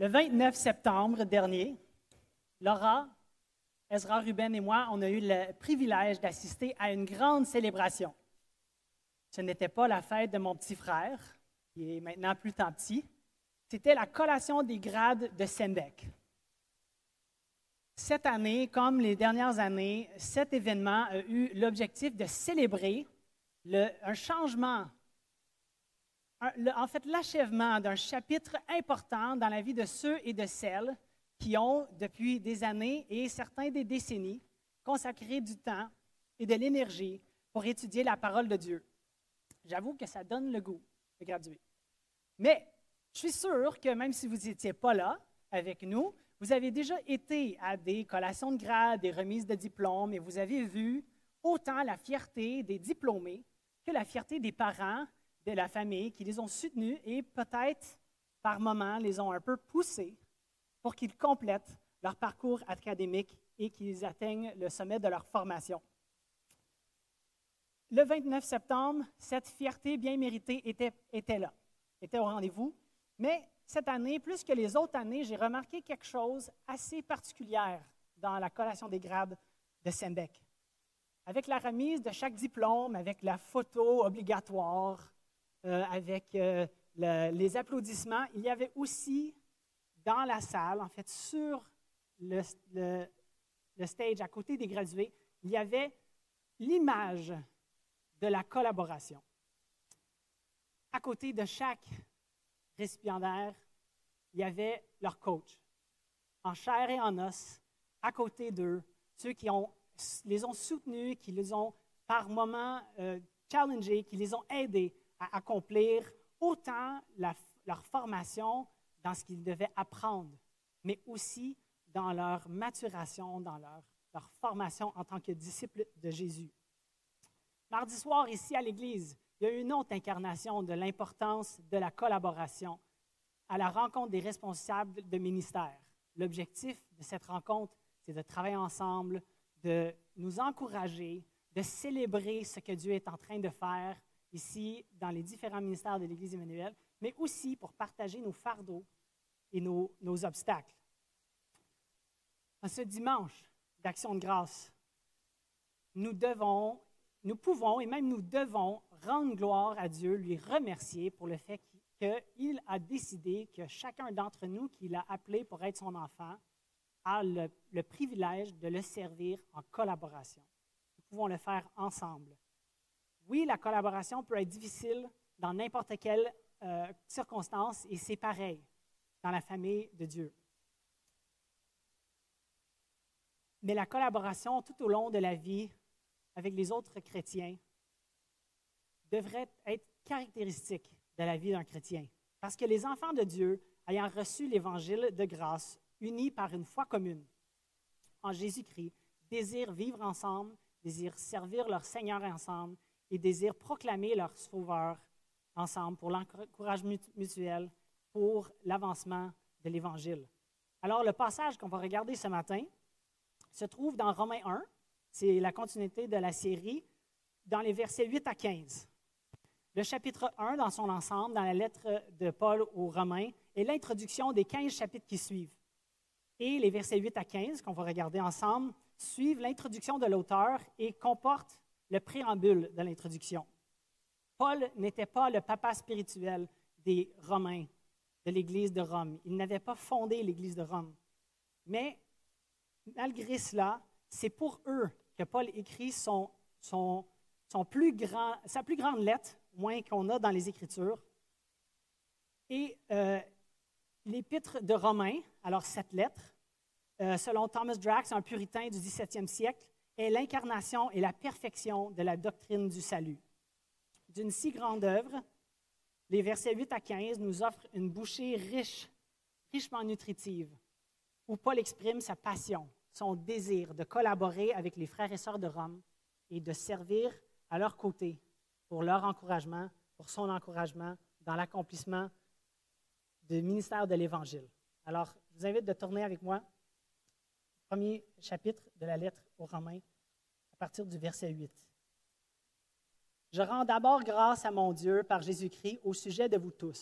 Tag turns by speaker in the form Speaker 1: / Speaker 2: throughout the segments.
Speaker 1: Le 29 septembre dernier, Laura, Ezra, Ruben et moi, on a eu le privilège d'assister à une grande célébration. Ce n'était pas la fête de mon petit frère, qui est maintenant plus tant petit, c'était la collation des grades de Sendek. Cette année, comme les dernières années, cet événement a eu l'objectif de célébrer un changement, l'achèvement d'un chapitre important dans la vie de ceux et de celles qui ont, depuis des années et certains des décennies, consacré du temps et de l'énergie pour étudier la parole de Dieu. J'avoue que ça donne le goût de graduer. Mais je suis sûr que même si vous n'étiez pas là avec nous, vous avez déjà été à des collations de grades, des remises de diplômes, et vous avez vu autant la fierté des diplômés que la fierté des parents, de la famille qui les ont soutenus et peut-être, par moments, les ont un peu poussés pour qu'ils complètent leur parcours académique et qu'ils atteignent le sommet de leur formation. Le 29 septembre, cette fierté bien méritée était là, était au rendez-vous, mais cette année, plus que les autres années, j'ai remarqué quelque chose assez particulier dans la collation des grades de Sendek. Avec la remise de chaque diplôme, avec la photo obligatoire, avec les applaudissements, il y avait aussi dans la salle, en fait, sur le stage à côté des gradués, il y avait l'image de la collaboration. À côté de chaque récipiendaire, il y avait leur coach, en chair et en os, à côté d'eux, ceux qui les ont soutenus, qui les ont par moments challengés, qui les ont aidés à accomplir autant leur formation dans ce qu'ils devaient apprendre, mais aussi dans leur maturation, dans leur formation en tant que disciples de Jésus. Mardi soir, ici à l'Église, il y a eu une autre incarnation de l'importance de la collaboration à la rencontre des responsables de ministère. L'objectif de cette rencontre, c'est de travailler ensemble, de nous encourager, de célébrer ce que Dieu est en train de faire ici dans les différents ministères de l'Église Emmanuel, mais aussi pour partager nos fardeaux et nos obstacles. En ce dimanche d'Action de grâce, nous pouvons et même nous devons rendre gloire à Dieu, lui remercier pour le fait qu'il a décidé que chacun d'entre nous qu'il a appelé pour être son enfant a le privilège de le servir en collaboration. Nous pouvons le faire ensemble. Oui, la collaboration peut être difficile dans n'importe quelle circonstance et c'est pareil dans la famille de Dieu. Mais la collaboration tout au long de la vie avec les autres chrétiens devrait être caractéristique de la vie d'un chrétien. Parce que les enfants de Dieu, ayant reçu l'Évangile de grâce, unis par une foi commune en Jésus-Christ, désirent vivre ensemble, désirent servir leur Seigneur ensemble et désirent proclamer leur Sauveur ensemble pour l'encouragement mutuel, pour l'avancement de l'Évangile. Alors, le passage qu'on va regarder ce matin se trouve dans Romains 1. C'est la continuité de la série, dans les versets 8 à 15. Le chapitre 1, dans son ensemble, dans la lettre de Paul aux Romains, est l'introduction des 15 chapitres qui suivent. Et les versets 8 à 15, qu'on va regarder ensemble, suivent l'introduction de l'auteur et comportent le préambule de l'introduction. Paul n'était pas le papa spirituel des Romains, de l'Église de Rome. Il n'avait pas fondé l'Église de Rome. Mais, malgré cela, c'est pour eux que Paul écrit sa plus grande lettre, moins qu'on a dans les Écritures. Et l'épître de Romains, alors cette lettre, selon Thomas Drax, un puritain du 17e siècle, est l'incarnation et la perfection de la doctrine du salut. D'une si grande œuvre, les versets 8 à 15 nous offrent une bouchée richement nutritive, où Paul exprime sa passion, son désir de collaborer avec les frères et sœurs de Rome et de servir à leur côté pour leur encouragement, pour son encouragement dans l'accomplissement du ministère de l'Évangile. Alors, je vous invite de tourner avec moi au premier chapitre de la lettre aux Romains, à partir du verset 8. « Je rends d'abord grâce à mon Dieu par Jésus-Christ au sujet de vous tous,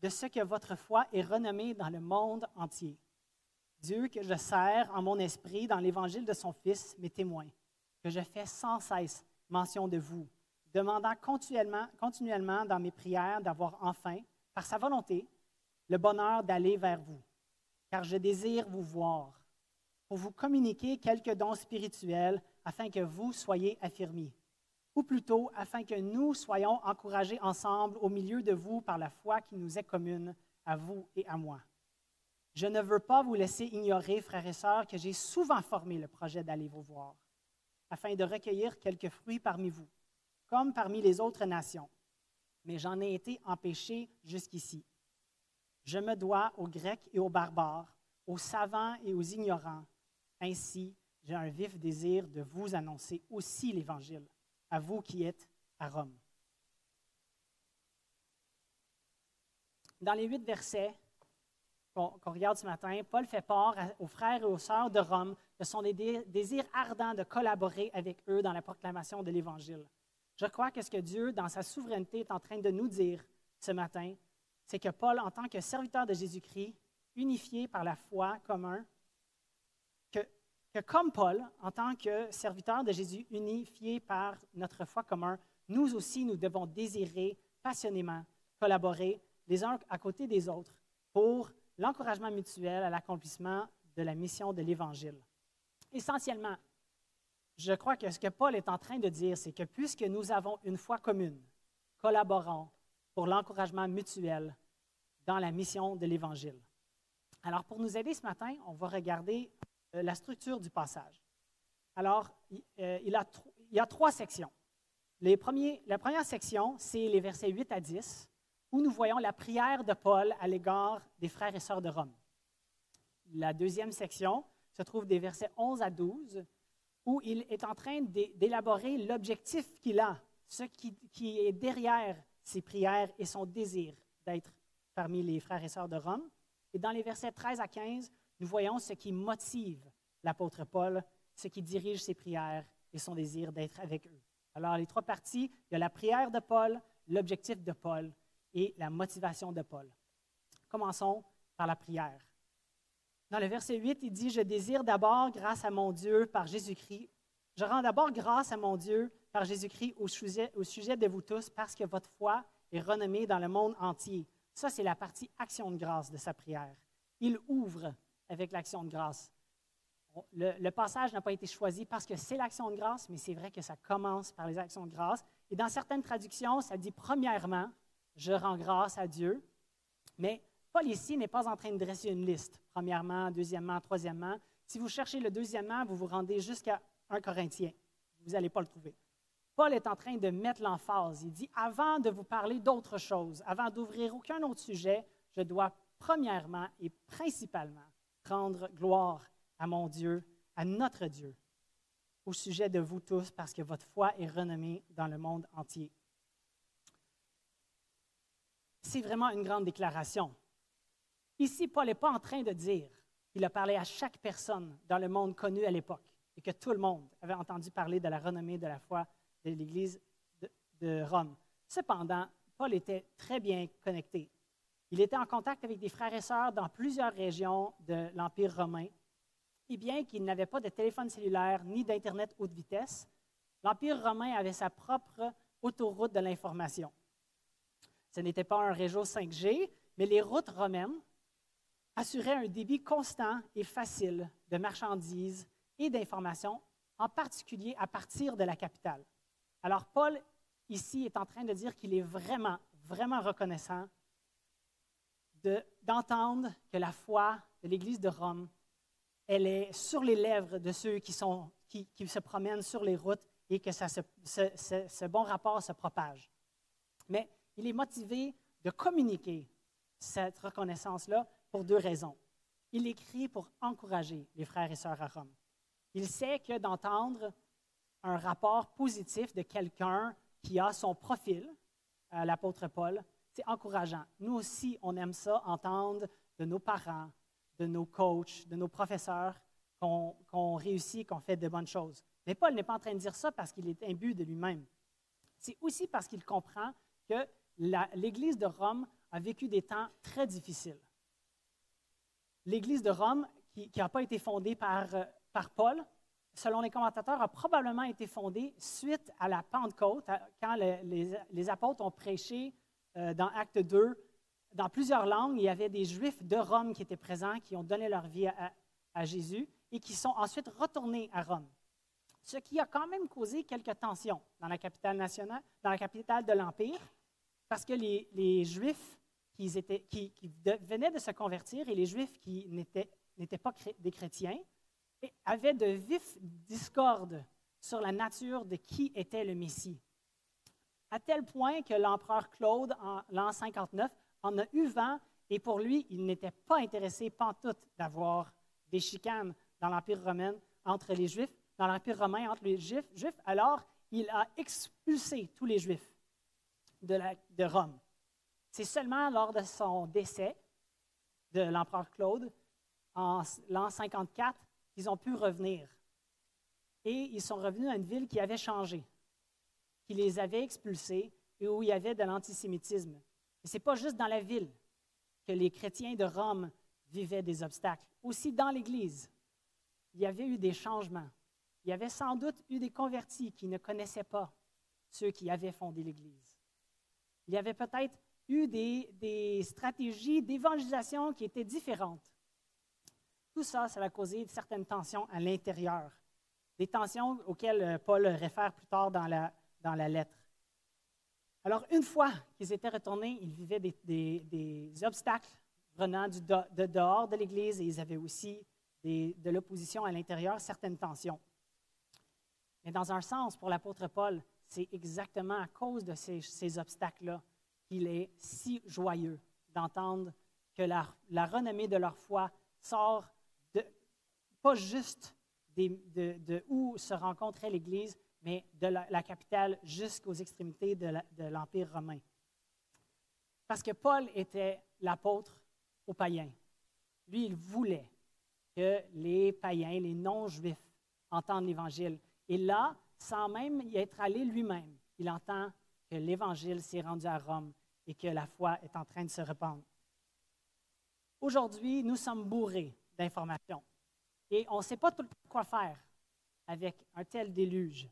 Speaker 1: de ce que votre foi est renommée dans le monde entier. Dieu que je sers en mon esprit dans l'évangile de son Fils, mes témoins, que je fais sans cesse mention de vous, demandant continuellement dans mes prières d'avoir enfin, par sa volonté, le bonheur d'aller vers vous, car je désire vous voir, pour vous communiquer quelques dons spirituels afin que vous soyez affermis, ou plutôt afin que nous soyons encouragés ensemble au milieu de vous par la foi qui nous est commune, à vous et à moi. Je ne veux pas vous laisser ignorer, frères et sœurs, que j'ai souvent formé le projet d'aller vous voir, afin de recueillir quelques fruits parmi vous, comme parmi les autres nations. Mais j'en ai été empêché jusqu'ici. Je me dois aux Grecs et aux barbares, aux savants et aux ignorants. Ainsi, j'ai un vif désir de vous annoncer aussi l'Évangile, à vous qui êtes à Rome. Dans les 8 versets qu'on regarde ce matin, Paul fait part aux frères et aux sœurs de Rome de son désir ardent de collaborer avec eux dans la proclamation de l'Évangile. Je crois que ce que Dieu, dans sa souveraineté, est en train de nous dire ce matin, c'est que Paul, en tant que serviteur de Jésus-Christ, unifié par la foi comme un, que comme Paul, en tant que serviteur de Jésus, unifié par notre foi comme un, nous aussi, nous devons désirer passionnément collaborer les uns à côté des autres pour l'encouragement mutuel à l'accomplissement de la mission de l'Évangile. Essentiellement, je crois que ce que Paul est en train de dire, c'est que puisque nous avons une foi commune, collaborons pour l'encouragement mutuel dans la mission de l'Évangile. Alors, pour nous aider ce matin, on va regarder la structure du passage. Alors, il y a 3 sections. La première section, c'est les versets 8 à 10, où nous voyons la prière de Paul à l'égard des frères et sœurs de Rome. La deuxième section se trouve des versets 11 à 12, où il est en train d'élaborer l'objectif qu'il a, ce qui est derrière ses prières et son désir d'être parmi les frères et sœurs de Rome. Et dans les versets 13 à 15, nous voyons ce qui motive l'apôtre Paul, ce qui dirige ses prières et son désir d'être avec eux. Alors, les 3 parties, il y a la prière de Paul, l'objectif de Paul et la motivation de Paul. Commençons par la prière. Dans le verset 8, il dit « Je désire d'abord, grâce à mon Dieu, par Jésus-Christ, je rends d'abord grâce à mon Dieu par Jésus-Christ au sujet de vous tous, parce que votre foi est renommée dans le monde entier. » Ça, c'est la partie action de grâce de sa prière. Il ouvre avec l'action de grâce. Le passage n'a pas été choisi parce que c'est l'action de grâce, mais c'est vrai que ça commence par les actions de grâce. Et dans certaines traductions, ça dit « Premièrement, je rends grâce à Dieu ». Mais Paul ici n'est pas en train de dresser une liste. Premièrement, deuxièmement, troisièmement. Si vous cherchez le deuxièmement, vous vous rendez jusqu'à 1 Corinthiens. Vous n'allez pas le trouver. Paul est en train de mettre l'emphase. Il dit, avant de vous parler d'autre chose, avant d'ouvrir aucun autre sujet, je dois premièrement et principalement rendre gloire à mon Dieu, à notre Dieu, au sujet de vous tous, parce que votre foi est renommée dans le monde entier. C'est vraiment une grande déclaration. Ici, Paul n'est pas en train de dire qu'il a parlé à chaque personne dans le monde connu à l'époque et que tout le monde avait entendu parler de la renommée de la foi de l'Église de Rome. Cependant, Paul était très bien connecté. Il était en contact avec des frères et sœurs dans plusieurs régions de l'Empire romain. Et bien qu'il n'avait pas de téléphone cellulaire ni d'Internet haute vitesse, l'Empire romain avait sa propre autoroute de l'information. Ce n'était pas un réseau 5G, mais les routes romaines assuraient un débit constant et facile de marchandises et d'informations, en particulier à partir de la capitale. Alors, Paul, ici, est en train de dire qu'il est vraiment, vraiment reconnaissant d'entendre que la foi de l'Église de Rome, elle est sur les lèvres de ceux qui se promènent sur les routes et que ce bon rapport se propage. Mais il est motivé de communiquer cette reconnaissance-là pour 2 raisons. Il écrit pour encourager les frères et sœurs à Rome. Il sait que d'entendre un rapport positif de quelqu'un qui a son profil, l'apôtre Paul, c'est encourageant. Nous aussi, on aime ça, entendre de nos parents, de nos coachs, de nos professeurs qu'on réussit, qu'on fait de bonnes choses. Mais Paul n'est pas en train de dire ça parce qu'il est imbu de lui-même. C'est aussi parce qu'il comprend que l'Église de Rome a vécu des temps très difficiles. L'Église de Rome, qui n'a pas été fondée par Paul, selon les commentateurs, a probablement été fondée suite à la Pentecôte, quand les apôtres ont prêché dans Acte 2. Dans plusieurs langues, il y avait des Juifs de Rome qui étaient présents, qui ont donné leur vie à Jésus et qui sont ensuite retournés à Rome. Ce qui a quand même causé quelques tensions dans la capitale nationale, dans la capitale de l'Empire, parce que les Juifs qui venaient de se convertir et les Juifs qui n'étaient pas des chrétiens avaient de vifs discordes sur la nature de qui était le Messie. À tel point que l'empereur Claude, en l'an 59, en a eu vent et pour lui, il n'était pas intéressé pantoute d'avoir des chicanes dans l'Empire romain entre les Juifs, dans l'Empire romain entre les Juifs. Alors, il a expulsé tous les Juifs de Rome. C'est seulement lors de son décès de l'empereur Claude, en l'an 54, qu'ils ont pu revenir. Et ils sont revenus à une ville qui avait changé, qui les avait expulsés et où il y avait de l'antisémitisme. Et ce n'est pas juste dans la ville que les chrétiens de Rome vivaient des obstacles. Aussi dans l'Église, il y avait eu des changements. Il y avait sans doute eu des convertis qui ne connaissaient pas ceux qui avaient fondé l'Église. Il y avait peut-être eu des stratégies d'évangélisation qui étaient différentes. Tout ça, ça a causé certaines tensions à l'intérieur, des tensions auxquelles Paul réfère plus tard dans la lettre. Alors, une fois qu'ils étaient retournés, ils vivaient des obstacles venant de dehors de l'Église et ils avaient aussi de l'opposition à l'intérieur, certaines tensions. Mais dans un sens, pour l'apôtre Paul, c'est exactement à cause de ces obstacles-là qu'il est si joyeux d'entendre que la renommée de leur foi sort pas juste de où se rencontrait l'Église, mais de la capitale jusqu'aux extrémités de l'Empire romain. Parce que Paul était l'apôtre aux païens. Lui, il voulait que les païens, les non-juifs, entendent l'Évangile. Et là, sans même y être allé lui-même, il entend que l'Évangile s'est rendu à Rome et que la foi est en train de se répandre. Aujourd'hui, nous sommes bourrés d'informations et on ne sait pas tout quoi faire avec un tel déluge.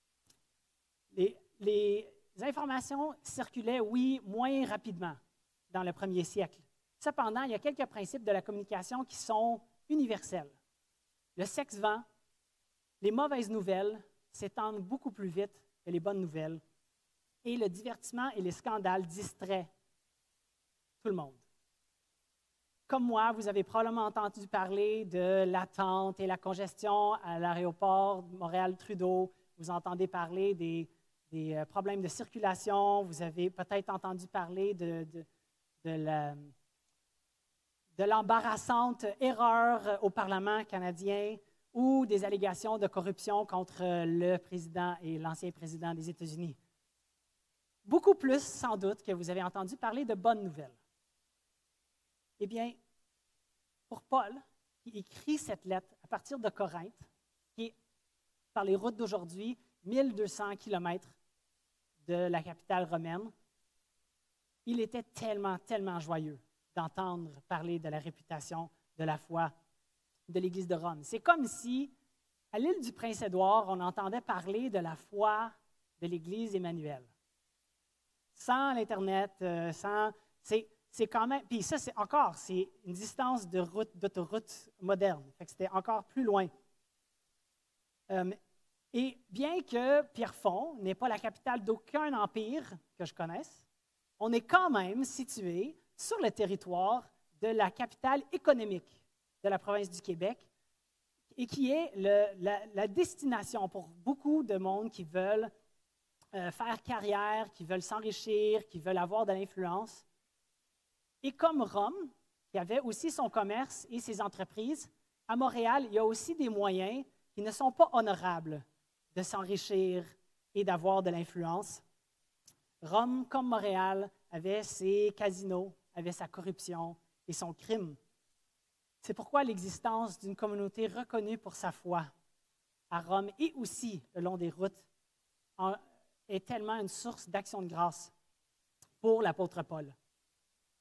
Speaker 1: Les informations circulaient, oui, moins rapidement dans le premier siècle. Cependant, il y a quelques principes de la communication qui sont universels. Le sexe vend, les mauvaises nouvelles s'étendent beaucoup plus vite que les bonnes nouvelles, et le divertissement et les scandales distraient tout le monde. Comme moi, vous avez probablement entendu parler de l'attente et la congestion à l'aéroport Montréal-Trudeau. Vous entendez parler des problèmes de circulation. Vous avez peut-être entendu parler de l'embarrassante erreur au Parlement canadien ou des allégations de corruption contre le président et l'ancien président des États-Unis. Beaucoup plus, sans doute, que vous avez entendu parler de bonnes nouvelles. Eh bien, pour Paul, qui écrit cette lettre à partir de Corinthe, qui est, par les routes d'aujourd'hui, 1200 kilomètres de la capitale romaine, il était tellement, tellement joyeux d'entendre parler de la réputation de la foi de l'Église de Rome. C'est comme si, à l'île du Prince-Édouard, on entendait parler de la foi de l'Église Emmanuel. Sans l'Internet, c'est quand même... Puis ça, c'est une distance d'autoroute moderne. Fait que c'était encore plus loin. Et bien que Pierrefonds n'est pas la capitale d'aucun empire que je connaisse, on est quand même situé sur le territoire de la capitale économique de la province du Québec et qui est la destination pour beaucoup de monde qui veulent faire carrière, qui veulent s'enrichir, qui veulent avoir de l'influence. Et comme Rome, qui avait aussi son commerce et ses entreprises, à Montréal, il y a aussi des moyens qui ne sont pas honorables de s'enrichir et d'avoir de l'influence. Rome, comme Montréal, avait ses casinos, avait sa corruption et son crime. C'est pourquoi l'existence d'une communauté reconnue pour sa foi à Rome et aussi le long des routes est tellement une source d'action de grâce pour l'apôtre Paul.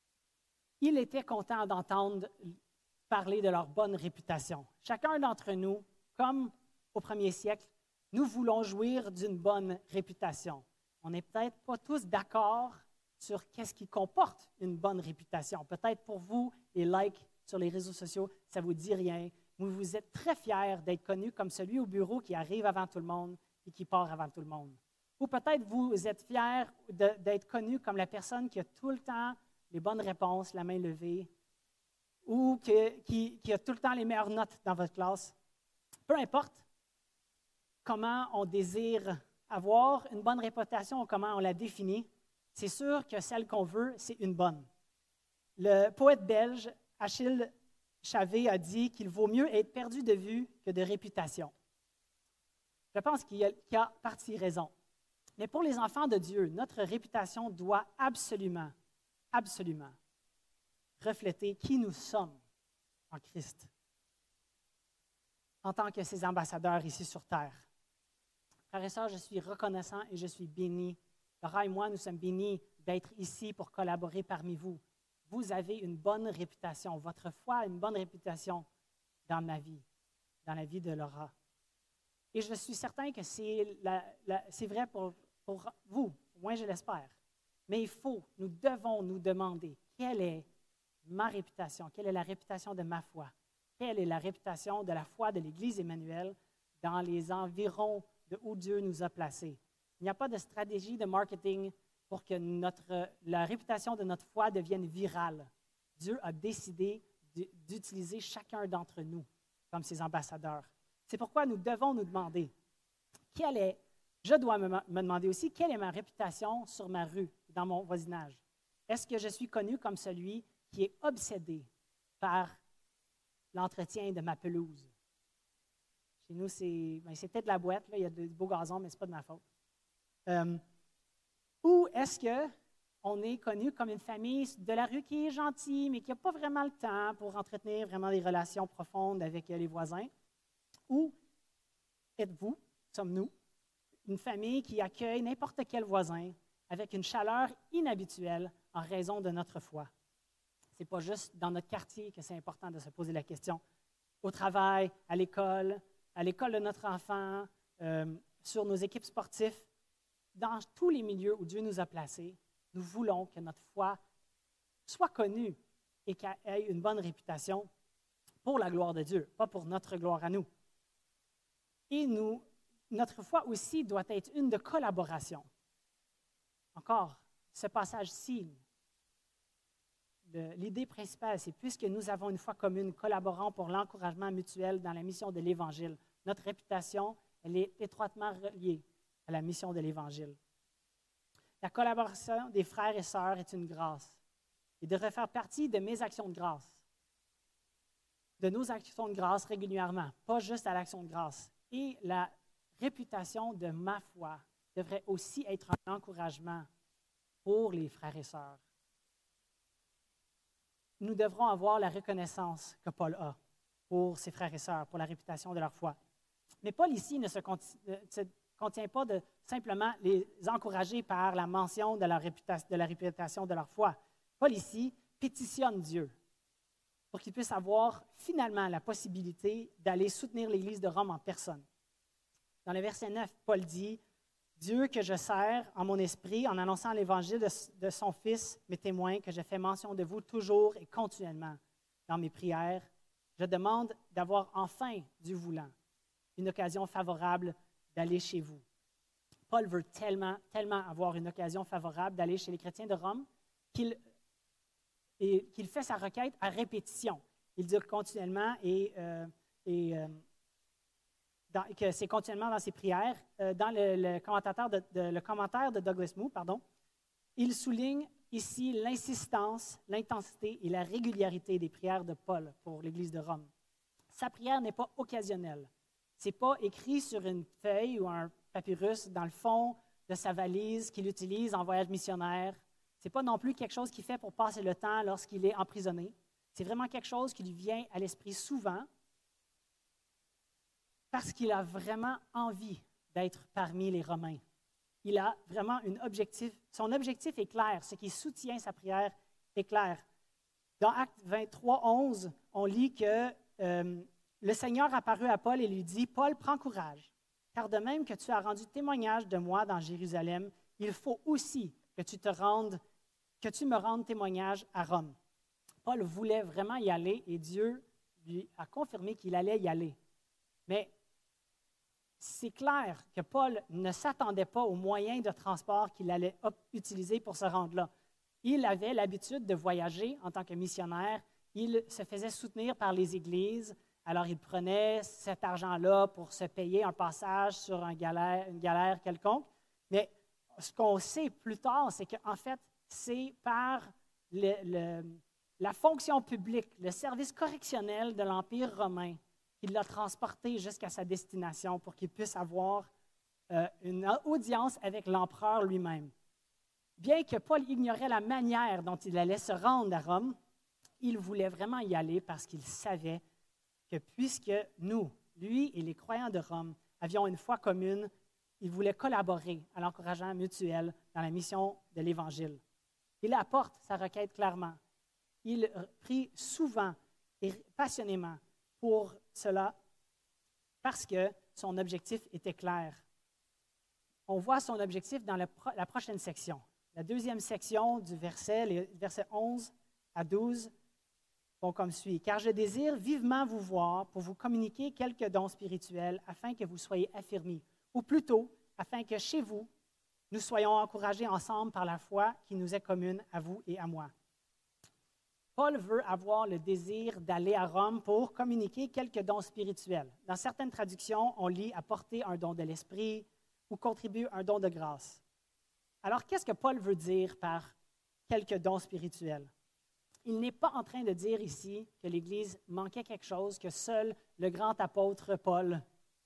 Speaker 1: ils étaient contents d'entendre parler de leur bonne réputation. Chacun d'entre nous, comme au premier siècle, nous voulons jouir d'une bonne réputation. On n'est peut-être pas tous d'accord sur qu'est-ce qui comporte une bonne réputation. Peut-être pour vous, les likes sur les réseaux sociaux, ça ne vous dit rien. Vous êtes très fiers d'être connu comme celui au bureau qui arrive avant tout le monde et qui part avant tout le monde. Ou peut-être vous êtes fiers d'être connu comme la personne qui a tout le temps les bonnes réponses, la main levée, ou qui a tout le temps les meilleures notes dans votre classe. Peu importe comment on désire avoir une bonne réputation ou comment on la définit, c'est sûr que celle qu'on veut, c'est une bonne. Le poète belge Achille Chavée a dit qu'il vaut mieux être perdu de vue que de réputation. Je pense qu'il a partie raison. Mais pour les enfants de Dieu, notre réputation doit absolument refléter qui nous sommes en Christ, en tant que ses ambassadeurs ici sur terre. Frères et sœurs, je suis reconnaissant et je suis béni. Laura et moi, nous sommes bénis d'être ici pour collaborer parmi vous. Vous avez une bonne réputation. Votre foi a une bonne réputation dans ma vie, dans la vie de Laura. Et je suis certain que c'est vrai pour vous, au moins je l'espère. Mais nous devons nous demander quelle est ma réputation, quelle est la réputation de ma foi, quelle est la réputation de la foi de l'Église Emmanuel dans les environs de où Dieu nous a placés. Il n'y a pas de stratégie de marketing pour que la réputation de notre foi devienne virale. Dieu a décidé d'utiliser chacun d'entre nous comme ses ambassadeurs. C'est pourquoi nous devons nous demander, je dois me demander aussi, quelle est ma réputation sur ma rue, dans mon voisinage? Est-ce que je suis connu comme celui qui est obsédé par l'entretien de ma pelouse? Chez nous, c'est peut-être de la boîte, là, il y a de beaux gazons, mais ce n'est pas de ma faute. Ou est-ce qu'on est connu comme une famille de la rue qui est gentille, mais qui n'a pas vraiment le temps pour entretenir vraiment des relations profondes avec les voisins? Ou sommes-nous, une famille qui accueille n'importe quel voisin avec une chaleur inhabituelle en raison de notre foi? Ce n'est pas juste dans notre quartier que c'est important de se poser la question. Au travail, à l'école de notre enfant, sur nos équipes sportives, dans tous les milieux où Dieu nous a placés, nous voulons que notre foi soit connue et qu'elle ait une bonne réputation pour la gloire de Dieu, pas pour notre gloire à nous. Et notre foi aussi doit être une de collaboration. Encore, ce passage-ci, l'idée principale, c'est puisque nous avons une foi commune, collaborant pour l'encouragement mutuel dans la mission de l'Évangile. Notre réputation, elle est étroitement reliée à la mission de l'Évangile. La collaboration des frères et sœurs est une grâce. Et devrait faire partie de mes actions de grâce, de nos actions de grâce régulièrement, pas juste à l'action de grâce. Et la réputation de ma foi devrait aussi être un encouragement pour les frères et sœurs. Nous devrons avoir la reconnaissance que Paul a pour ses frères et sœurs, pour la réputation de leur foi. Mais Paul ici ne se contient pas de simplement les encourager par la mention de la réputation de leur foi. Paul ici pétitionne Dieu pour qu'il puisse avoir finalement la possibilité d'aller soutenir l'Église de Rome en personne. Dans le verset 9, Paul dit « Dieu que je sers en mon esprit en annonçant l'Évangile de son Fils, mes témoins, que je fais mention de vous toujours et continuellement dans mes prières, je demande d'avoir enfin, Dieu voulant, une occasion favorable d'aller chez vous. » Paul veut tellement avoir une occasion favorable d'aller chez les chrétiens de Rome qu'il fait sa requête à répétition. Il dit continuellement que c'est continuellement dans ses prières. Dans le commentaire de Douglas Moo, il souligne ici l'insistance, l'intensité et la régularité des prières de Paul pour l'Église de Rome. Sa prière n'est pas occasionnelle. Ce n'est pas écrit sur une feuille ou un papyrus dans le fond de sa valise qu'il utilise en voyage missionnaire. Ce n'est pas non plus quelque chose qu'il fait pour passer le temps lorsqu'il est emprisonné. C'est vraiment quelque chose qui lui vient à l'esprit souvent parce qu'il a vraiment envie d'être parmi les Romains. Il a vraiment un objectif. Son objectif est clair. Ce qui soutient sa prière est clair. Dans Actes 23, 11, on lit que le Seigneur apparut à Paul et lui dit, « Paul, prends courage, car de même que tu as rendu témoignage de moi dans Jérusalem, il faut aussi que tu me rendes témoignage à Rome. » Paul voulait vraiment y aller et Dieu lui a confirmé qu'il allait y aller. Mais c'est clair que Paul ne s'attendait pas aux moyens de transport qu'il allait utiliser pour se rendre là. Il avait l'habitude de voyager en tant que missionnaire. Il se faisait soutenir par les églises. Alors, il prenait cet argent-là pour se payer un passage sur une galère quelconque. Mais ce qu'on sait plus tard, c'est qu'en fait, c'est par la fonction publique, le service correctionnel de l'Empire romain qui l'a transporté jusqu'à sa destination pour qu'il puisse avoir une audience avec l'empereur lui-même. Bien que Paul ignorait la manière dont il allait se rendre à Rome, il voulait vraiment y aller parce qu'il savait que puisque nous, lui et les croyants de Rome, avions une foi commune, il voulait collaborer à l'encouragement mutuel dans la mission de l'Évangile. Il apporte sa requête clairement. Il prie souvent et passionnément pour cela parce que son objectif était clair. On voit son objectif dans la prochaine section. La deuxième section du verset, les versets 11 à 12, vont comme suit. « Car je désire vivement vous voir pour vous communiquer quelques dons spirituels afin que vous soyez affermis, ou plutôt, afin que chez vous, nous soyons encouragés ensemble par la foi qui nous est commune à vous et à moi. » Paul veut avoir le désir d'aller à Rome pour communiquer quelques dons spirituels. Dans certaines traductions, on lit « apporter un don de l'esprit » ou « contribuer un don de grâce ». Alors, qu'est-ce que Paul veut dire par quelques dons spirituels? Il n'est pas en train de dire ici que l'Église manquait quelque chose, que seul le grand apôtre Paul,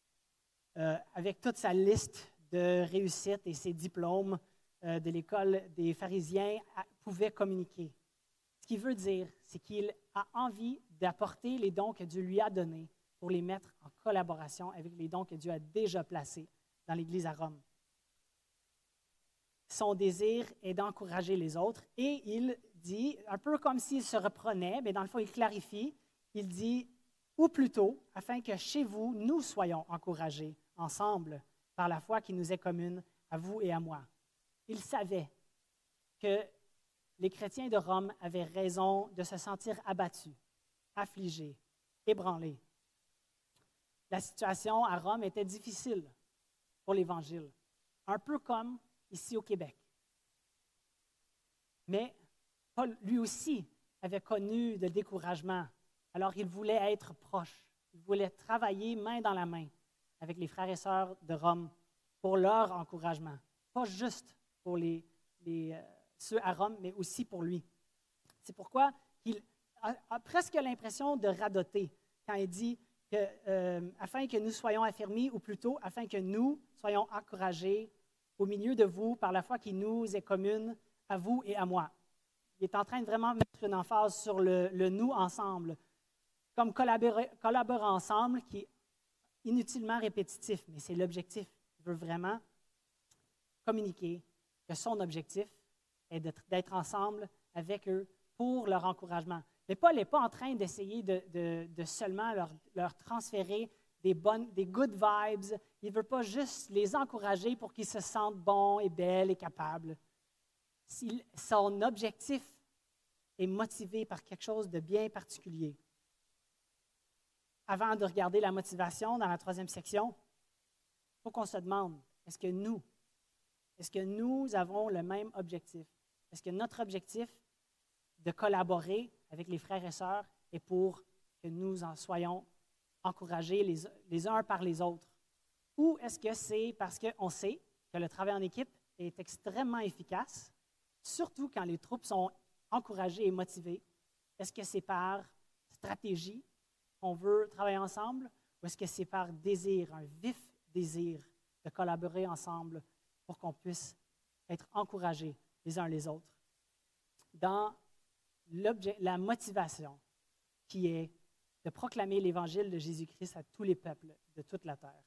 Speaker 1: avec toute sa liste de réussites et ses diplômes de l'école des pharisiens, pouvait communiquer. Ce qu'il veut dire, c'est qu'il a envie d'apporter les dons que Dieu lui a donnés pour les mettre en collaboration avec les dons que Dieu a déjà placés dans l'Église à Rome. Son désir est d'encourager les autres et il dit, un peu comme s'il se reprenait, mais dans le fond, il clarifie, il dit, ou plutôt, afin que chez vous, nous soyons encouragés ensemble par la foi qui nous est commune à vous et à moi. Il savait que les chrétiens de Rome avaient raison de se sentir abattus, affligés, ébranlés. La situation à Rome était difficile pour l'Évangile, un peu comme ici au Québec. Mais Paul, lui aussi, avait connu de découragement. Alors, il voulait être proche. Il voulait travailler main dans la main avec les frères et sœurs de Rome pour leur encouragement. Pas juste pour ceux à Rome, mais aussi pour lui. C'est pourquoi il a presque l'impression de radoter quand il dit que, afin que nous soyons affermis, ou plutôt afin que nous soyons encouragés au milieu de vous par la foi qui nous est commune à vous et à moi. Il est en train de vraiment mettre une emphase sur le nous ensemble, comme collaborer ensemble, qui est inutilement répétitif, mais c'est l'objectif. Il veut vraiment communiquer que son objectif est d'être ensemble avec eux pour leur encouragement. Mais Paul n'est pas en train d'essayer de seulement leur transférer des good vibes. Il ne veut pas juste les encourager pour qu'ils se sentent bons et belles et capables. Son objectif est motivé par quelque chose de bien particulier. Avant de regarder la motivation dans la troisième section, il faut qu'on se demande, est-ce que nous avons le même objectif? Est-ce que notre objectif de collaborer avec les frères et sœurs est pour que nous en soyons encouragés les uns par les autres? Ou est-ce que c'est parce qu'on sait que le travail en équipe est extrêmement efficace, surtout quand les troupes sont encouragées et motivées? Est-ce que c'est par stratégie qu'on veut travailler ensemble ou est-ce que c'est par désir, un vif désir de collaborer ensemble pour qu'on puisse être encouragés les uns les autres dans la motivation qui est de proclamer l'Évangile de Jésus-Christ à tous les peuples de toute la terre.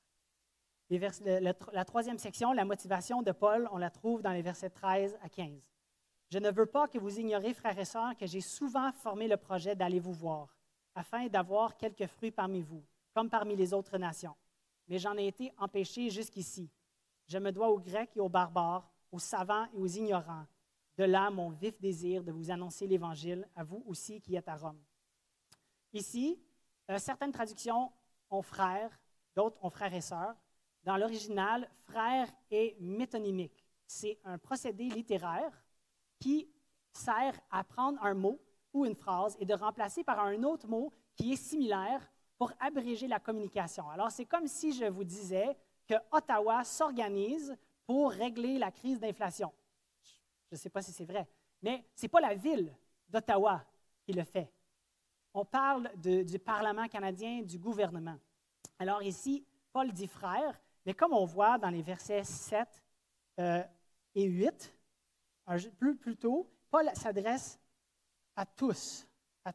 Speaker 1: La troisième section, la motivation de Paul, on la trouve dans les versets 13 à 15. Je ne veux pas que vous ignoriez, frères et sœurs, que j'ai souvent formé le projet d'aller vous voir, afin d'avoir quelques fruits parmi vous, comme parmi les autres nations. Mais j'en ai été empêché jusqu'ici. Je me dois aux Grecs et aux barbares, aux savants et aux ignorants. De là mon vif désir de vous annoncer l'Évangile, à vous aussi qui êtes à Rome. Ici, certaines traductions ont frères, d'autres ont frères et sœurs. Dans l'original, frère est métonymique. C'est un procédé littéraire qui sert à prendre un mot ou une phrase et de remplacer par un autre mot qui est similaire pour abréger la communication. Alors, c'est comme si je vous disais que Ottawa s'organise pour régler la crise d'inflation. Je ne sais pas si c'est vrai, mais ce n'est pas la ville d'Ottawa qui le fait. On parle du Parlement canadien, du gouvernement. Alors ici, Paul dit frère, mais comme on voit dans les versets 7 et 8, plus tôt, Paul s'adresse à tous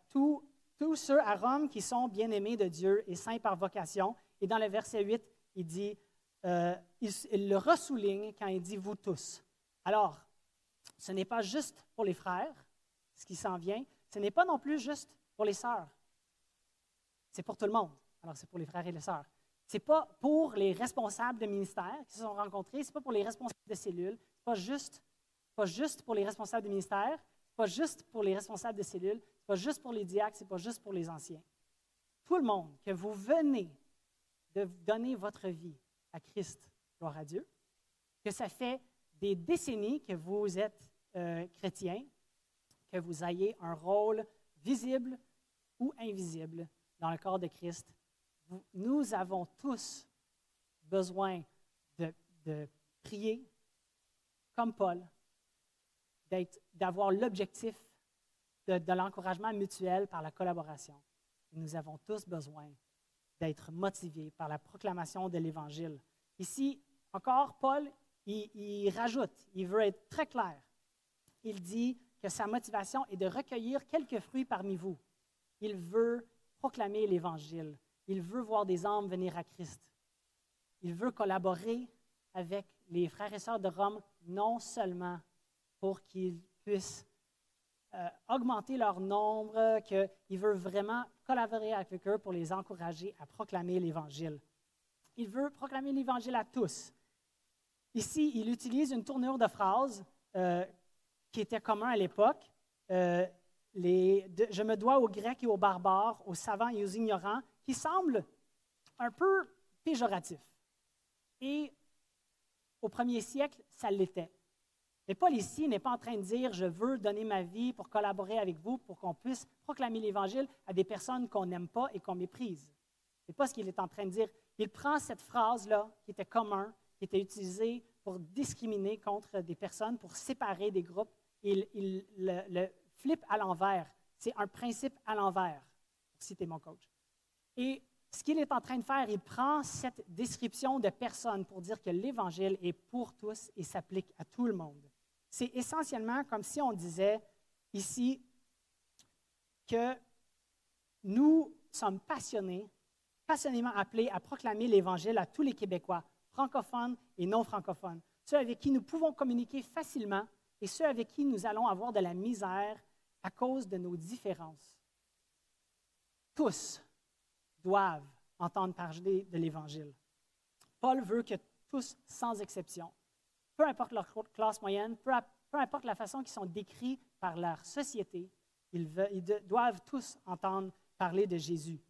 Speaker 1: ceux à Rome qui sont bien-aimés de Dieu et saints par vocation. Et dans le verset 8, il dit, il le ressouligne quand il dit « vous tous ». Alors, ce n'est pas juste pour les frères, ce qui s'en vient, ce n'est pas non plus juste pour les sœurs. C'est pour tout le monde. Alors, c'est pour les frères et les sœurs. Ce n'est pas pour les responsables de ministère qui se sont rencontrés, ce n'est pas pour les responsables de cellules, ce n'est pas juste pour les responsables de ministère, ce n'est pas juste pour les responsables de cellules, ce n'est pas juste pour les diacres, ce n'est pas juste pour les anciens. Tout le monde, que vous venez de donner votre vie à Christ, gloire à Dieu, que ça fait des décennies que vous êtes chrétiens, que vous ayez un rôle visible ou invisible dans le corps de Christ, nous avons tous besoin de prier comme Paul, d'avoir l'objectif de l'encouragement mutuel par la collaboration. Nous avons tous besoin d'être motivés par la proclamation de l'Évangile. Ici, encore, Paul, il rajoute, il veut être très clair. Il dit que sa motivation est de recueillir quelques fruits parmi vous. Il veut proclamer l'Évangile. Il veut voir des âmes venir à Christ. Il veut collaborer avec les frères et sœurs de Rome, non seulement pour qu'ils puissent augmenter leur nombre, qu'il veut vraiment collaborer avec eux pour les encourager à proclamer l'Évangile. Il veut proclamer l'Évangile à tous. Ici, il utilise une tournure de phrase qui était commun à l'époque. Je me dois aux Grecs et aux barbares, aux savants et aux ignorants, qui semble un peu péjoratif. Et au premier siècle, ça l'était. Mais Paul ici n'est pas en train de dire « je veux donner ma vie pour collaborer avec vous, pour qu'on puisse proclamer l'Évangile à des personnes qu'on n'aime pas et qu'on méprise ». Ce n'est pas ce qu'il est en train de dire. Il prend cette phrase-là, qui était commune, qui était utilisée pour discriminer contre des personnes, pour séparer des groupes, et il le flippe à l'envers. C'est un principe à l'envers, pour citer mon coach. Et ce qu'il est en train de faire, il prend cette description de personnes pour dire que l'Évangile est pour tous et s'applique à tout le monde. C'est essentiellement comme si on disait ici que nous sommes passionnément appelés à proclamer l'Évangile à tous les Québécois, francophones et non francophones, ceux avec qui nous pouvons communiquer facilement et ceux avec qui nous allons avoir de la misère à cause de nos différences. Tous doivent entendre parler de l'Évangile. Paul veut que tous, sans exception, peu importe leur classe moyenne, peu importe la façon qu'ils sont décrits par leur société, ils doivent tous entendre parler de Jésus.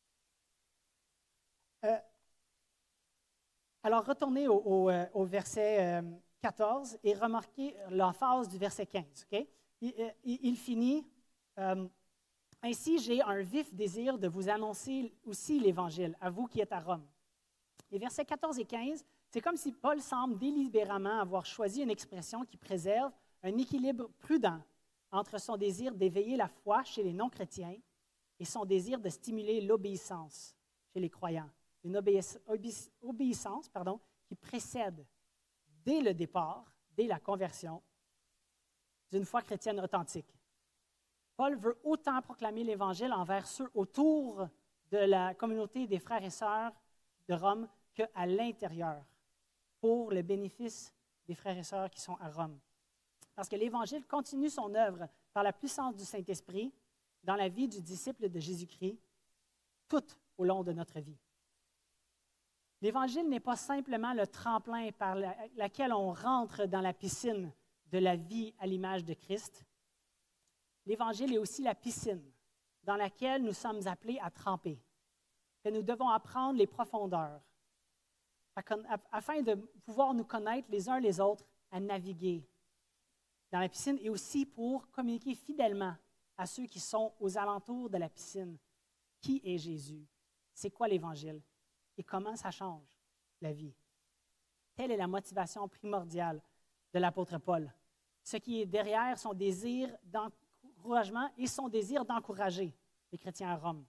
Speaker 1: Alors, retournez au verset 14 et remarquez l'emphase du verset 15. Okay? Il finit « Ainsi, j'ai un vif désir de vous annoncer aussi l'Évangile, à vous qui êtes à Rome. » Les versets 14 et 15, c'est comme si Paul semble délibérément avoir choisi une expression qui préserve un équilibre prudent entre son désir d'éveiller la foi chez les non-chrétiens et son désir de stimuler l'obéissance chez les croyants. Une obéissance qui précède dès le départ, dès la conversion, d'une foi chrétienne authentique. Paul veut autant proclamer l'Évangile envers ceux autour de la communauté des frères et sœurs de Rome qu'à l'intérieur, pour le bénéfice des frères et sœurs qui sont à Rome. Parce que l'Évangile continue son œuvre par la puissance du Saint-Esprit dans la vie du disciple de Jésus-Christ, tout au long de notre vie. L'Évangile n'est pas simplement le tremplin par lequel on rentre dans la piscine de la vie à l'image de Christ. L'Évangile est aussi la piscine dans laquelle nous sommes appelés à tremper, que nous devons apprendre les profondeurs, afin de pouvoir nous connaître les uns les autres, à naviguer dans la piscine et aussi pour communiquer fidèlement à ceux qui sont aux alentours de la piscine. Qui est Jésus? C'est quoi l'Évangile? Et comment ça change la vie? Telle est la motivation primordiale de l'apôtre Paul. Ce qui est derrière son désir d'encouragement et son désir d'encourager les chrétiens à Rome.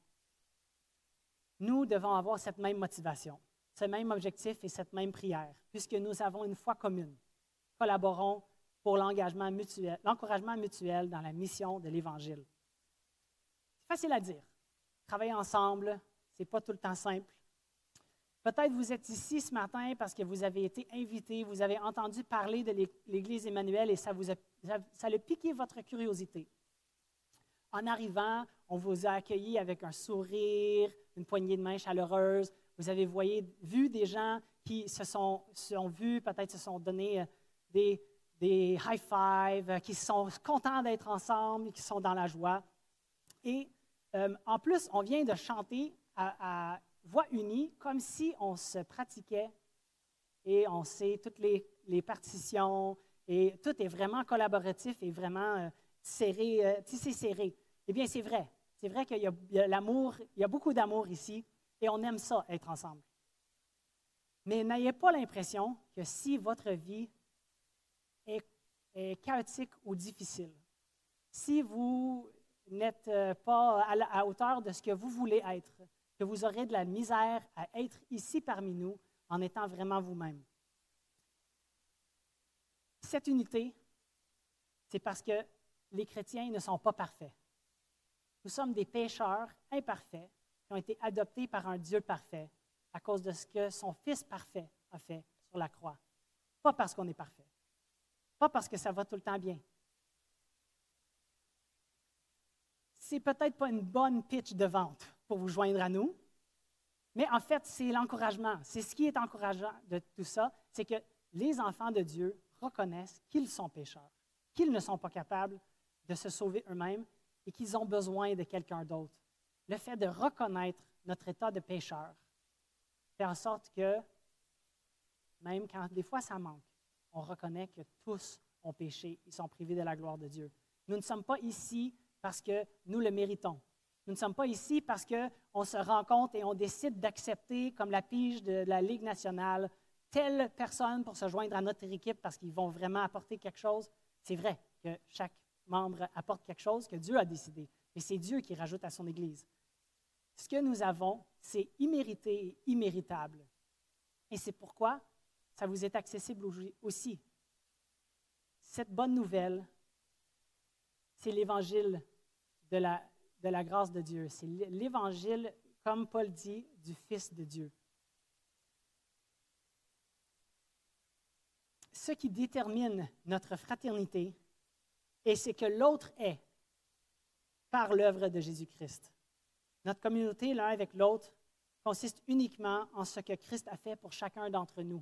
Speaker 1: Nous devons avoir cette même motivation, ce même objectif et cette même prière, puisque nous avons une foi commune. Collaborons pour l'encouragement mutuel dans la mission de l'Évangile. C'est facile à dire. Travailler ensemble, ce n'est pas tout le temps simple. Peut-être vous êtes ici ce matin parce que vous avez été invité, vous avez entendu parler de l'Église Emmanuel et ça a piqué votre curiosité. En arrivant, on vous a accueilli avec un sourire, une poignée de main chaleureuse. Vous avez vu des gens qui se sont vus, peut-être se sont donné des high five, qui sont contents d'être ensemble, qui sont dans la joie. Et en plus, on vient de chanter à voix unie, comme si on se pratiquait et on sait toutes les partitions et tout est vraiment collaboratif et vraiment serré, tissé serré. Eh bien, c'est vrai. C'est vrai qu'il y a l'amour, il y a beaucoup d'amour ici et on aime ça, être ensemble. Mais n'ayez pas l'impression que si votre vie est chaotique ou difficile, si vous n'êtes pas à la hauteur de ce que vous voulez être, que vous aurez de la misère à être ici parmi nous en étant vraiment vous-même. Cette unité, c'est parce que les chrétiens ne sont pas parfaits. Nous sommes des pécheurs imparfaits qui ont été adoptés par un Dieu parfait à cause de ce que son Fils parfait a fait sur la croix. Pas parce qu'on est parfait. Pas parce que ça va tout le temps bien. C'est peut-être pas une bonne pitch de vente pour vous joindre à nous, mais en fait, c'est l'encouragement. C'est ce qui est encourageant de tout ça, c'est que les enfants de Dieu reconnaissent qu'ils sont pécheurs, qu'ils ne sont pas capables de se sauver eux-mêmes et qu'ils ont besoin de quelqu'un d'autre. Le fait de reconnaître notre état de pécheur fait en sorte que, même quand des fois ça manque, on reconnaît que tous ont péché et sont privés de la gloire de Dieu. Nous ne sommes pas ici parce que nous le méritons. Nous ne sommes pas ici parce qu'on se rend compte et on décide d'accepter, comme la pige de la Ligue nationale, telle personne pour se joindre à notre équipe parce qu'ils vont vraiment apporter quelque chose. C'est vrai que chaque membre apporte quelque chose que Dieu a décidé, mais c'est Dieu qui rajoute à son Église. Ce que nous avons, c'est immérité et imméritable. Et c'est pourquoi ça vous est accessible aussi. Cette bonne nouvelle, c'est l'Évangile de la grâce de Dieu. C'est l'Évangile, comme Paul dit, du Fils de Dieu. Ce qui détermine notre fraternité est ce que l'autre est par l'œuvre de Jésus-Christ. Notre communauté, l'un avec l'autre, consiste uniquement en ce que Christ a fait pour chacun d'entre nous.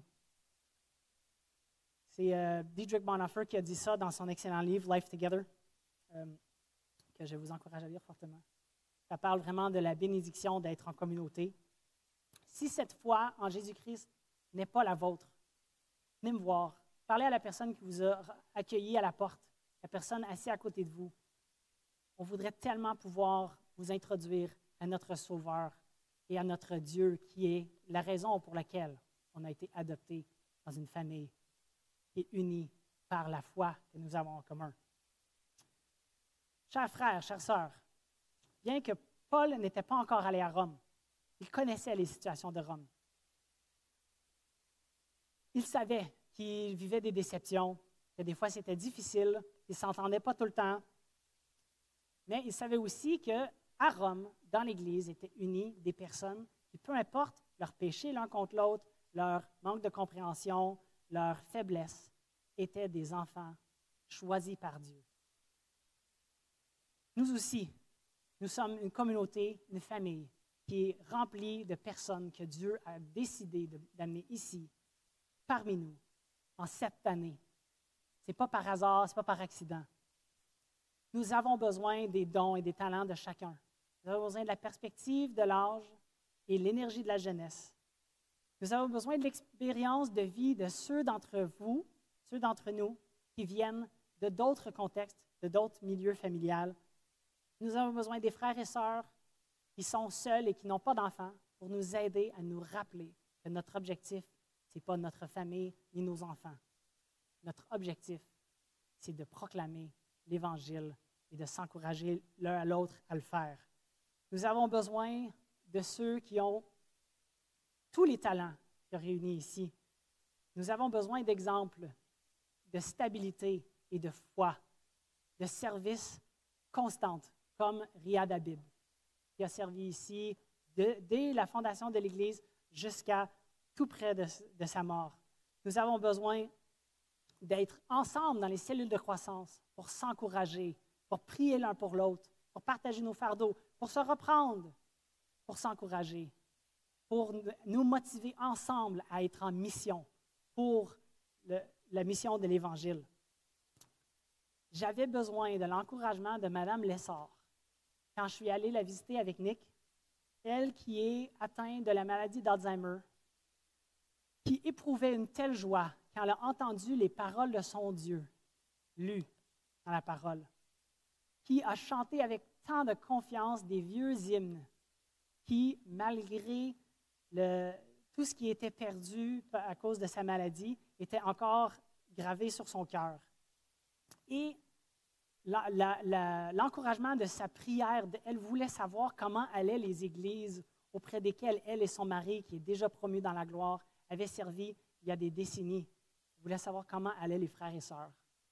Speaker 1: C'est Dietrich Bonhoeffer qui a dit ça dans son excellent livre « Life Together », que je vous encourage à lire fortement. Ça parle vraiment de la bénédiction d'être en communauté. Si cette foi en Jésus-Christ n'est pas la vôtre, venez me voir. Parlez à la personne qui vous a accueilli à la porte, la personne assise à côté de vous. On voudrait tellement pouvoir vous introduire à notre Sauveur et à notre Dieu qui est la raison pour laquelle on a été adopté dans une famille et unis par la foi que nous avons en commun. Chers frères, chères sœurs, bien que Paul n'était pas encore allé à Rome, il connaissait les situations de Rome. Il savait qu'il vivait des déceptions, que des fois c'était difficile, il ne s'entendait pas tout le temps. Mais il savait aussi qu'à Rome, dans l'Église, étaient unies des personnes qui, peu importe leur péché l'un contre l'autre, leur manque de compréhension, leur faiblesse, étaient des enfants choisis par Dieu. Nous aussi, nous sommes une communauté, une famille qui est remplie de personnes que Dieu a décidé d'amener ici, parmi nous, en cette année. Ce n'est pas par hasard, ce n'est pas par accident. Nous avons besoin des dons et des talents de chacun. Nous avons besoin de la perspective de l'âge et l'énergie de la jeunesse. Nous avons besoin de l'expérience de vie de ceux d'entre vous, ceux d'entre nous qui viennent de d'autres contextes, de d'autres milieux familiales. Nous avons besoin des frères et sœurs qui sont seuls et qui n'ont pas d'enfants pour nous aider à nous rappeler que notre objectif, ce n'est pas notre famille ni nos enfants. Notre objectif, c'est de proclamer l'Évangile et de s'encourager l'un à l'autre à le faire. Nous avons besoin de ceux qui ont tous les talents qui sont réunis ici. Nous avons besoin d'exemples de stabilité et de foi, de service constante, comme Riyad Habib, qui a servi ici dès la fondation de l'Église jusqu'à tout près de sa mort. Nous avons besoin d'être ensemble dans les cellules de croissance pour s'encourager, pour prier l'un pour l'autre, pour partager nos fardeaux, pour se reprendre, pour s'encourager, pour nous motiver ensemble à être en mission pour la mission de l'Évangile. J'avais besoin de l'encouragement de Mme Lessard quand je suis allée la visiter avec Nick, elle qui est atteinte de la maladie d'Alzheimer, qui éprouvait une telle joie quand elle a entendu les paroles de son Dieu, lues dans la parole, qui a chanté avec tant de confiance des vieux hymnes, qui, malgré tout ce qui était perdu à cause de sa maladie, était encore gravé sur son cœur. Et l'encouragement de sa prière, elle voulait savoir comment allaient les églises auprès desquelles elle et son mari, qui est déjà promu dans la gloire, avaient servi il y a des décennies. Elle voulait savoir comment allaient les frères et sœurs.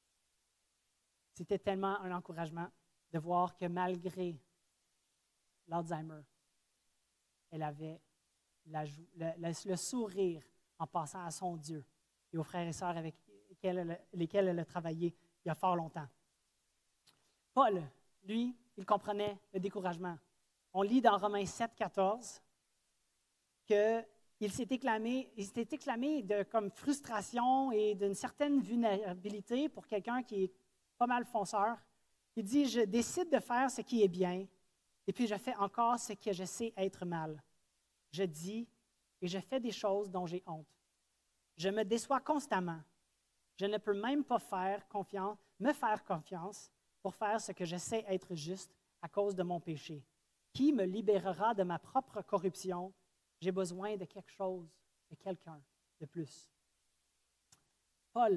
Speaker 1: C'était tellement un encouragement de voir que malgré l'Alzheimer, elle avait le sourire en passant à son Dieu et aux frères et sœurs avec lesquels elle a travaillé il y a fort longtemps. Paul, lui, il comprenait le découragement. On lit dans Romains 7, 14 qu'il s'est exclamé comme frustration et d'une certaine vulnérabilité pour quelqu'un qui est pas mal fonceur. Il dit, je décide de faire ce qui est bien, et puis je fais encore ce que je sais être mal. Je dis et je fais des choses dont j'ai honte. Je me déçois constamment. Je ne peux même pas me faire confiance pour faire ce que je sais être juste à cause de mon péché. Qui me libérera de ma propre corruption? J'ai besoin de quelque chose, de quelqu'un de plus. Paul,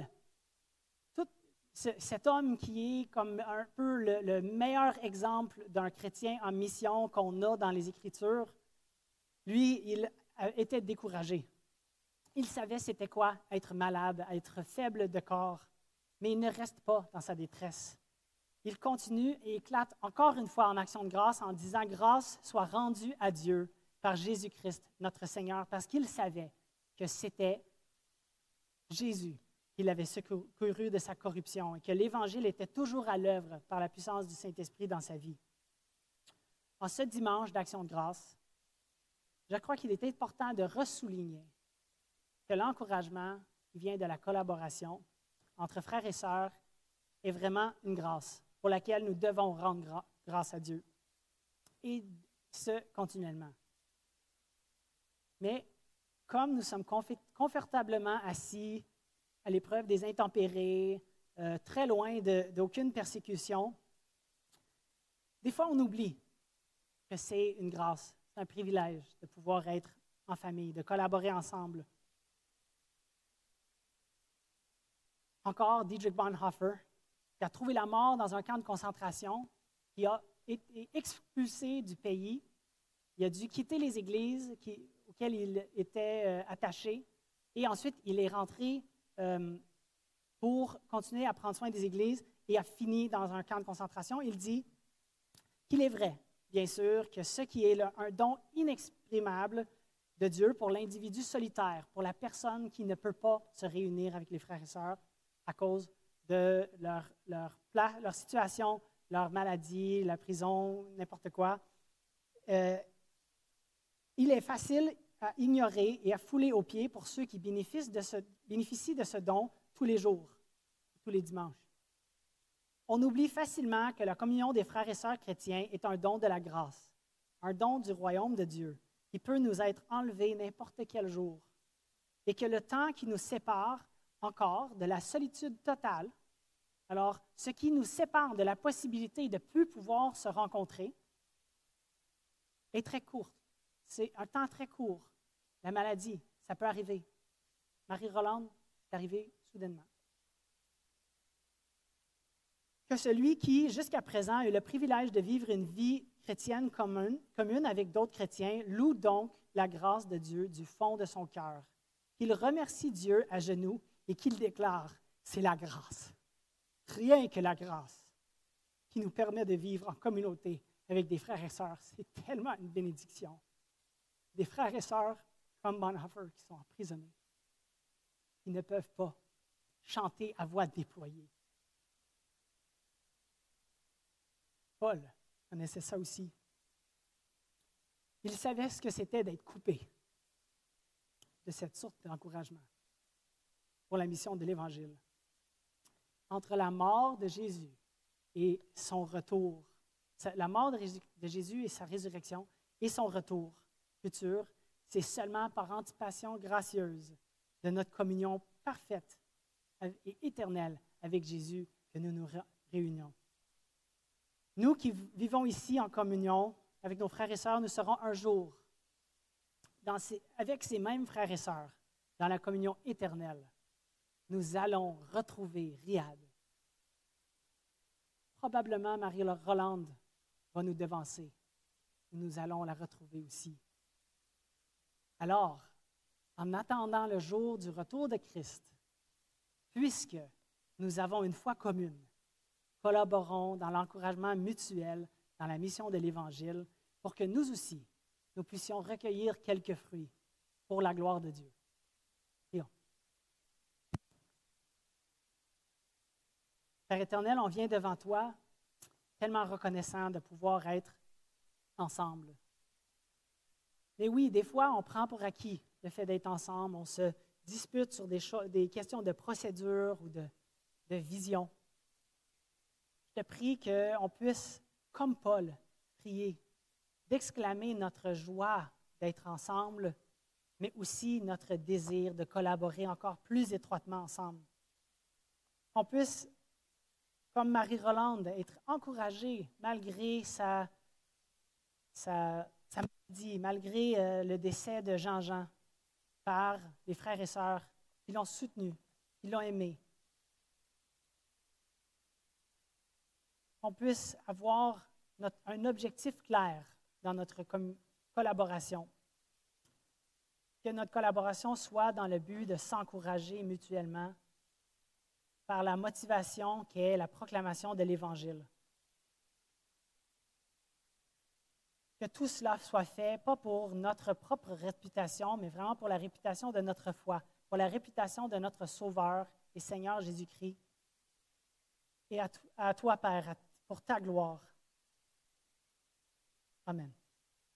Speaker 1: cet homme qui est comme un peu le meilleur exemple d'un chrétien en mission qu'on a dans les Écritures, lui, il était découragé. Il savait c'était quoi être malade, être faible de corps, mais il ne reste pas dans sa détresse. Il continue et éclate encore une fois en action de grâce en disant « Grâce soit rendue à Dieu par Jésus-Christ, notre Seigneur », parce qu'il savait que c'était Jésus qui l'avait secouru de sa corruption et que l'Évangile était toujours à l'œuvre par la puissance du Saint-Esprit dans sa vie. En ce dimanche d'Action de grâce, je crois qu'il est important de ressouligner que l'encouragement qui vient de la collaboration entre frères et sœurs est vraiment une grâce pour laquelle nous devons rendre grâce à Dieu, et ce, continuellement. Mais comme nous sommes confortablement assis à l'épreuve des intempéries, très loin d'aucune persécution, des fois on oublie que c'est une grâce, c'est un privilège de pouvoir être en famille, de collaborer ensemble. Encore, Dietrich Bonhoeffer, qui a trouvé la mort dans un camp de concentration, qui a été expulsé du pays. Il a dû quitter les églises auxquelles il était attaché. Et ensuite, il est rentré pour continuer à prendre soin des églises et a fini dans un camp de concentration. Il dit qu'il est vrai, bien sûr, que ce qui est un don inexprimable de Dieu pour l'individu solitaire, pour la personne qui ne peut pas se réunir avec les frères et sœurs à cause de leur situation, leur maladie, la prison, n'importe quoi, il est facile à ignorer et à fouler aux pieds pour ceux qui bénéficient de ce don tous les jours, tous les dimanches. On oublie facilement que la communion des frères et sœurs chrétiens est un don de la grâce, un don du royaume de Dieu, qui peut nous être enlevé n'importe quel jour, et que le temps qui nous sépare encore de la solitude totale, alors ce qui nous sépare de la possibilité de ne plus pouvoir se rencontrer, est très court. C'est un temps très court. La maladie, ça peut arriver. Marie-Rolande est arrivée soudainement. Que celui qui, jusqu'à présent, a eu le privilège de vivre une vie chrétienne commune avec d'autres chrétiens, loue donc la grâce de Dieu du fond de son cœur, qu'il remercie Dieu à genoux et qu'il déclare, c'est la grâce, rien que la grâce, qui nous permet de vivre en communauté avec des frères et sœurs. C'est tellement une bénédiction. Des frères et sœurs comme Bonhoeffer qui sont emprisonnés, qui ne peuvent pas chanter à voix déployée. Paul connaissait ça aussi. Il savait ce que c'était d'être coupé de cette sorte d'encouragement pour la mission de l'Évangile. Entre la mort de Jésus et son retour, la mort de Jésus et sa résurrection et son retour futur, c'est seulement par anticipation gracieuse de notre communion parfaite et éternelle avec Jésus que nous nous réunions. Nous qui vivons ici en communion avec nos frères et sœurs, nous serons un jour avec ces mêmes frères et sœurs dans la communion éternelle. Nous allons retrouver Riyad. Probablement, Marie-Rolande va nous devancer. Nous allons la retrouver aussi. Alors, en attendant le jour du retour de Christ, puisque nous avons une foi commune, collaborons dans l'encouragement mutuel dans la mission de l'Évangile pour que nous aussi, nous puissions recueillir quelques fruits pour la gloire de Dieu. Prions. Père éternel, on vient devant toi tellement reconnaissant de pouvoir être ensemble. Mais oui, des fois, on prend pour acquis le fait d'être ensemble, on se dispute sur des questions de procédure ou de vision. Je te prie qu'on puisse, comme Paul, prier, d'exclamer notre joie d'être ensemble, mais aussi notre désir de collaborer encore plus étroitement ensemble. Qu'on puisse, comme Marie-Rolande, être encouragée malgré sa maladie, malgré le décès de Jean-Jean, par les frères et sœurs qui l'ont soutenu, qui l'ont aimé. Qu'on puisse avoir un objectif clair dans notre collaboration. Que notre collaboration soit dans le but de s'encourager mutuellement par la motivation qui est la proclamation de l'Évangile. Que tout cela soit fait, pas pour notre propre réputation, mais vraiment pour la réputation de notre foi, pour la réputation de notre Sauveur et Seigneur Jésus-Christ. Et à toi, Père, pour ta gloire. Amen.